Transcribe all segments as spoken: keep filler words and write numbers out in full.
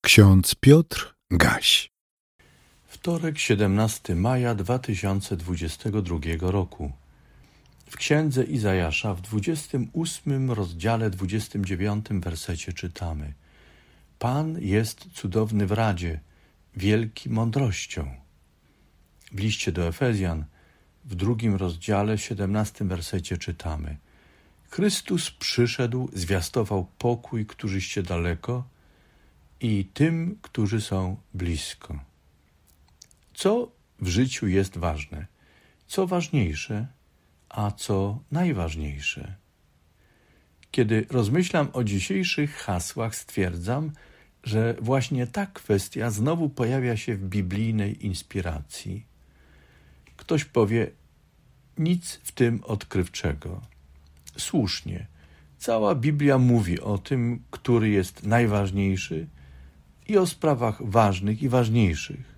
Ksiądz Piotr Gaś. Wtorek, siedemnastego maja dwa tysiące dwudziestego drugiego roku. W księdze Izajasza w dwudziestym ósmym rozdziale dwudziestym dziewiątym wersecie czytamy: Pan jest cudowny w radzie, wielki mądrością. W liście do Efezjan w drugim rozdziale siedemnastym wersecie czytamy: Chrystus przyszedł, zwiastował pokój, którzyście daleko, i tym, którzy są blisko. Co w życiu jest ważne? Co ważniejsze, a co najważniejsze? Kiedy rozmyślam o dzisiejszych hasłach, stwierdzam, że właśnie ta kwestia znowu pojawia się w biblijnej inspiracji. Ktoś powie, nic w tym odkrywczego. Słusznie, cała Biblia mówi o tym, który jest najważniejszy, i o sprawach ważnych i ważniejszych.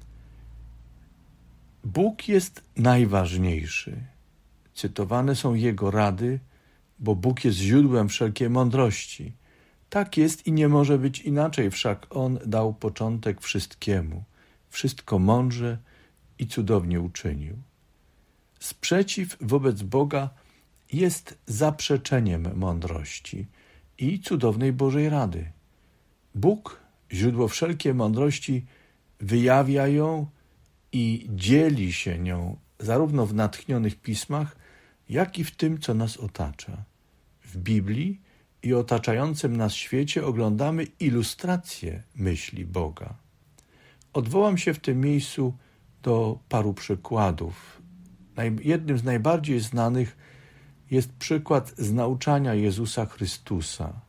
Bóg jest najważniejszy. Cytowane są Jego rady, bo Bóg jest źródłem wszelkiej mądrości. Tak jest i nie może być inaczej, wszak On dał początek wszystkiemu. Wszystko mądrze i cudownie uczynił. Sprzeciw wobec Boga jest zaprzeczeniem mądrości i cudownej Bożej rady. Bóg, źródło wszelkiej mądrości, wyjawia ją i dzieli się nią zarówno w natchnionych pismach, jak i w tym, co nas otacza. W Biblii i otaczającym nas świecie oglądamy ilustracje myśli Boga. Odwołam się w tym miejscu do paru przykładów. Jednym z najbardziej znanych jest przykład z nauczania Jezusa Chrystusa.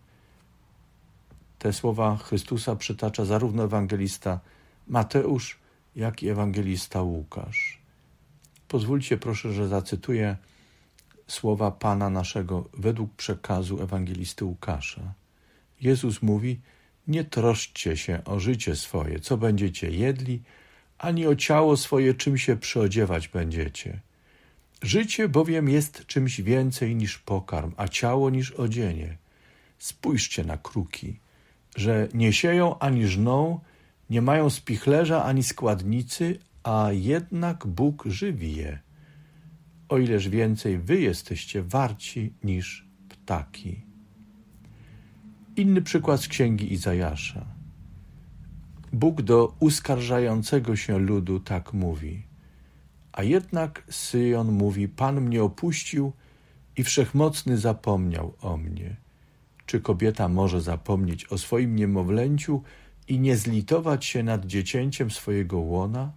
Te słowa Chrystusa przytacza zarówno ewangelista Mateusz, jak i ewangelista Łukasz. Pozwólcie proszę, że zacytuję słowa Pana naszego według przekazu ewangelisty Łukasza. Jezus mówi: nie troszczcie się o życie swoje, co będziecie jedli, ani o ciało swoje, czym się przyodziewać będziecie. Życie bowiem jest czymś więcej niż pokarm, a ciało niż odzienie. Spójrzcie na kruki, że nie sieją ani żną, nie mają spichlerza ani składnicy, a jednak Bóg żywi je. O ileż więcej wy jesteście warci niż ptaki. Inny przykład z księgi Izajasza. Bóg do uskarżającego się ludu tak mówi: a jednak Syjon mówi, Pan mnie opuścił i Wszechmocny zapomniał o mnie. Czy kobieta może zapomnieć o swoim niemowlęciu i nie zlitować się nad dziecięciem swojego łona?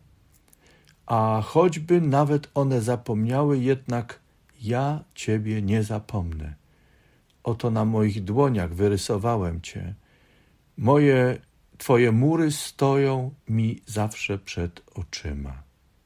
A choćby nawet one zapomniały, jednak ja Ciebie nie zapomnę. Oto na moich dłoniach wyrysowałem Cię. Moje, Twoje mury stoją mi zawsze przed oczyma.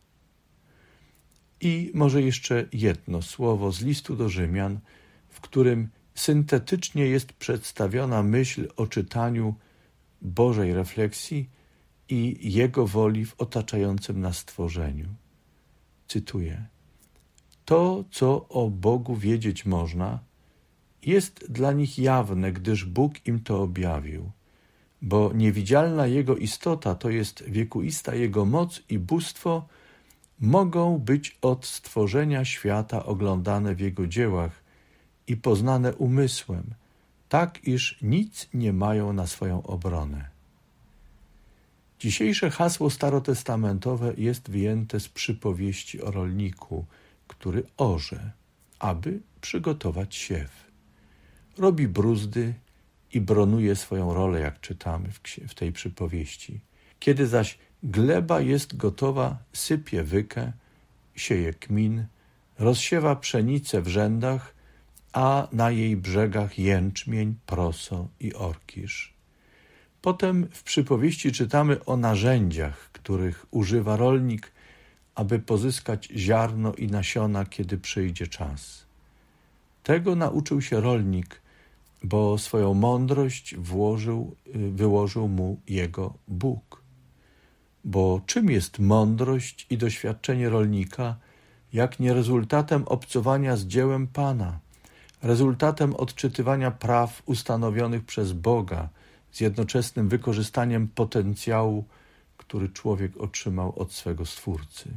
I może jeszcze jedno słowo z listu do Rzymian, w którym syntetycznie jest przedstawiona myśl o czytaniu Bożej refleksji i Jego woli w otaczającym nas stworzeniu. Cytuję: to, co o Bogu wiedzieć można, jest dla nich jawne, gdyż Bóg im to objawił, bo niewidzialna Jego istota, to jest wiekuista Jego moc i bóstwo, mogą być od stworzenia świata oglądane w Jego dziełach i poznane umysłem, tak iż nic nie mają na swoją obronę. Dzisiejsze hasło starotestamentowe jest wyjęte z przypowieści o rolniku, który orze, aby przygotować siew. Robi bruzdy i bronuje swoją rolę, jak czytamy w, w tej przypowieści. Kiedy zaś gleba jest gotowa, sypie wykę, sieje kmin, rozsiewa pszenicę w rzędach, a na jej brzegach jęczmień, proso i orkisz. Potem w przypowieści czytamy o narzędziach, których używa rolnik, aby pozyskać ziarno i nasiona, kiedy przyjdzie czas. Tego nauczył się rolnik, bo swoją mądrość włożył, wyłożył mu jego Bóg. Bo czym jest mądrość i doświadczenie rolnika, jak nie rezultatem obcowania z dziełem Pana, rezultatem odczytywania praw ustanowionych przez Boga z jednoczesnym wykorzystaniem potencjału, który człowiek otrzymał od swego Stwórcy.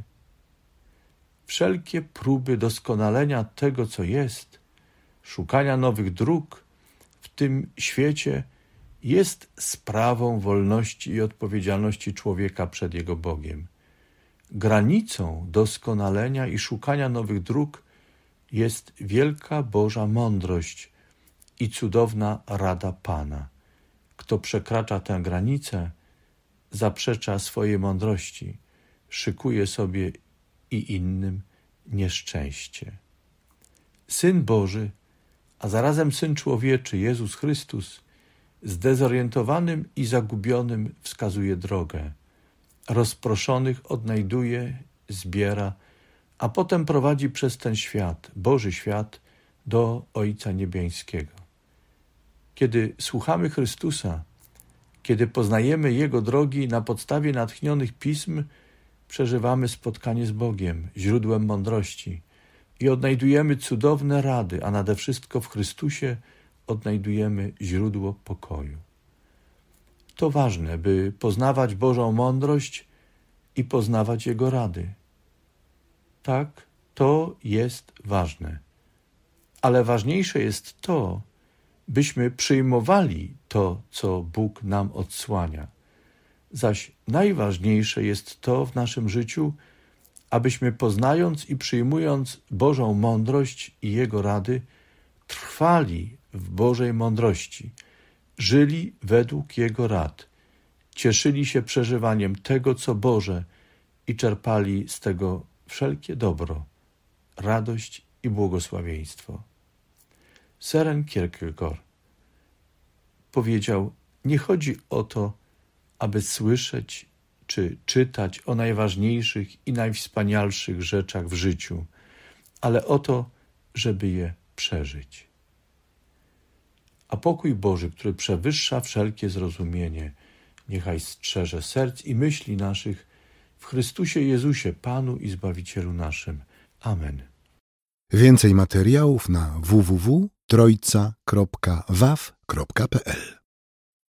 Wszelkie próby doskonalenia tego, co jest, szukania nowych dróg w tym świecie jest sprawą wolności i odpowiedzialności człowieka przed jego Bogiem. Granicą doskonalenia i szukania nowych dróg jest wielka Boża mądrość i cudowna rada Pana. Kto przekracza tę granicę, zaprzecza swojej mądrości, szykuje sobie i innym nieszczęście. Syn Boży, a zarazem Syn Człowieczy, Jezus Chrystus, zdezorientowanym i zagubionym wskazuje drogę. Rozproszonych odnajduje, zbiera, a potem prowadzi przez ten świat, Boży świat, do Ojca Niebiańskiego. Kiedy słuchamy Chrystusa, kiedy poznajemy Jego drogi na podstawie natchnionych pism, przeżywamy spotkanie z Bogiem, źródłem mądrości i odnajdujemy cudowne rady, a nade wszystko w Chrystusie odnajdujemy źródło pokoju. To ważne, by poznawać Bożą mądrość i poznawać Jego rady. Tak, to jest ważne. Ale ważniejsze jest to, byśmy przyjmowali to, co Bóg nam odsłania. Zaś najważniejsze jest to w naszym życiu, abyśmy poznając i przyjmując Bożą mądrość i Jego rady, trwali w Bożej mądrości, żyli według Jego rad, cieszyli się przeżywaniem tego, co Boże i czerpali z tego wszelkie dobro, radość i błogosławieństwo. Søren Kierkegaard powiedział: nie chodzi o to, aby słyszeć czy czytać o najważniejszych i najwspanialszych rzeczach w życiu, ale o to, żeby je przeżyć. A pokój Boży, który przewyższa wszelkie zrozumienie, niechaj strzeże serc i myśli naszych w Chrystusie Jezusie, Panu i Zbawicielu naszym. Amen. Więcej materiałów na w w w kropka trojca kropka w a w kropka p l